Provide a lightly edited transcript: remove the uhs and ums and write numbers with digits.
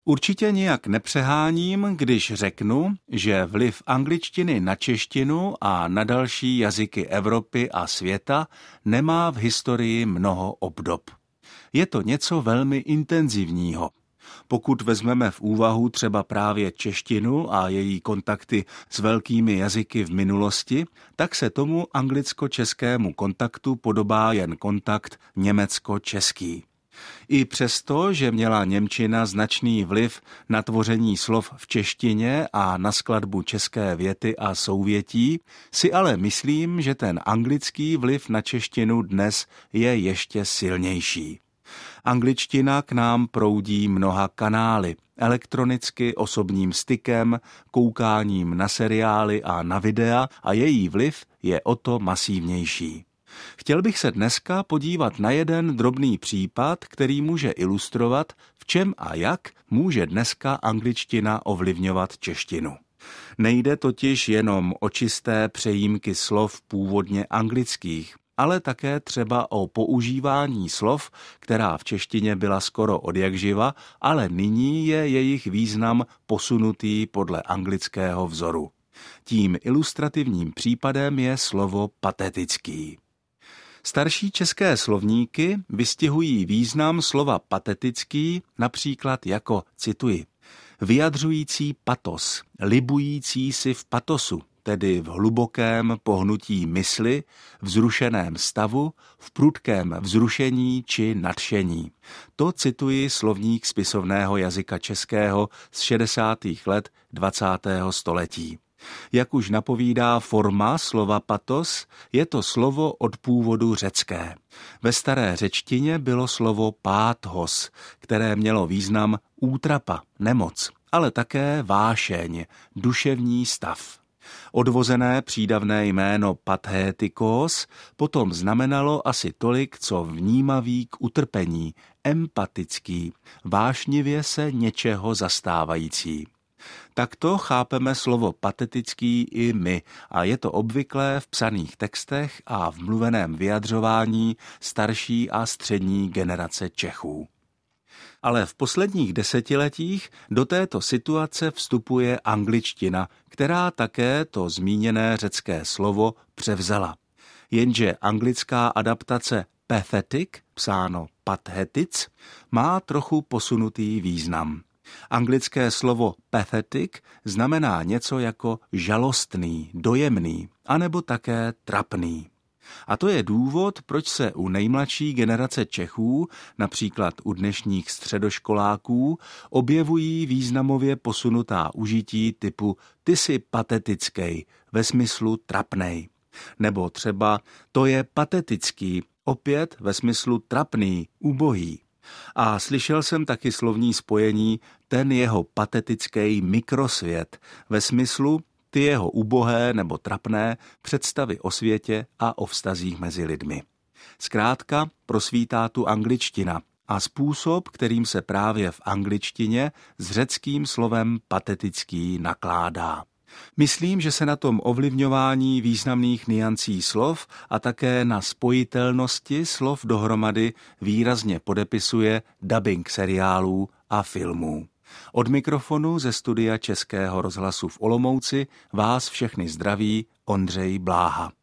Určitě nijak nepřeháním, když řeknu, že vliv angličtiny na češtinu a na další jazyky Evropy a světa nemá v historii mnoho obdob. Je to něco velmi intenzivního. Pokud vezmeme v úvahu třeba právě češtinu a její kontakty s velkými jazyky v minulosti, tak se tomu anglicko-českému kontaktu podobá jen kontakt německo-český. I přesto, že měla němčina značný vliv na tvoření slov v češtině a na skladbu české věty a souvětí, si ale myslím, že ten anglický vliv na češtinu dnes je ještě silnější. Angličtina k nám proudí mnoha kanály, elektronicky, osobním stykem, koukáním na seriály a na videa a její vliv je o to masivnější. Chtěl bych se dneska podívat na jeden drobný případ, který může ilustrovat, v čem a jak může dneska angličtina ovlivňovat češtinu. Nejde totiž jenom o čisté přejímky slov původně anglických, ale také třeba o používání slov, která v češtině byla skoro odjakživa, ale nyní je jejich význam posunutý podle anglického vzoru. Tím ilustrativním případem je slovo patetický. Starší české slovníky vystihují význam slova patetický například jako, cituji, vyjadřující patos, libující si v patosu, tedy v hlubokém pohnutí mysli, vzrušeném stavu, v prudkém vzrušení či nadšení. To cituji slovník spisovného jazyka českého z 60. let 20. století. Jak už napovídá forma slova patos, je to slovo od původu řecké. Ve staré řečtině bylo slovo páthos, které mělo význam útrapa, nemoc, ale také vášeň, duševní stav. Odvozené přídavné jméno pathetikos potom znamenalo asi tolik, co vnímavý k utrpení, empatický, vášnivě se něčeho zastávající. Takto chápeme slovo patetický i my a je to obvyklé v psaných textech a v mluveném vyjadřování starší a střední generace Čechů. Ale v posledních desetiletích do této situace vstupuje angličtina, která také to zmíněné řecké slovo převzala. Jenže anglická adaptace pathetic, psáno pathetic, má trochu posunutý význam. Anglické slovo pathetic znamená něco jako žalostný, dojemný, anebo také trapný. A to je důvod, proč se u nejmladší generace Čechů, například u dnešních středoškoláků, objevují významově posunutá užití typu ty jsi patetický, ve smyslu trapnej. Nebo třeba to je patetický, opět ve smyslu trapný, ubohý. A slyšel jsem taky slovní spojení ten jeho patetický mikrosvět, ve smyslu ty jeho ubohé nebo trapné představy o světě a o vztazích mezi lidmi. Zkrátka prosvítá tu angličtina a způsob, kterým se právě v angličtině s řeckým slovem patetický nakládá. Myslím, že se na tom ovlivňování významných niancí slov a také na spojitelnosti slov dohromady výrazně podepisuje dabing seriálů a filmů. Od mikrofonu ze studia Českého rozhlasu v Olomouci vás všechny zdraví Ondřej Bláha.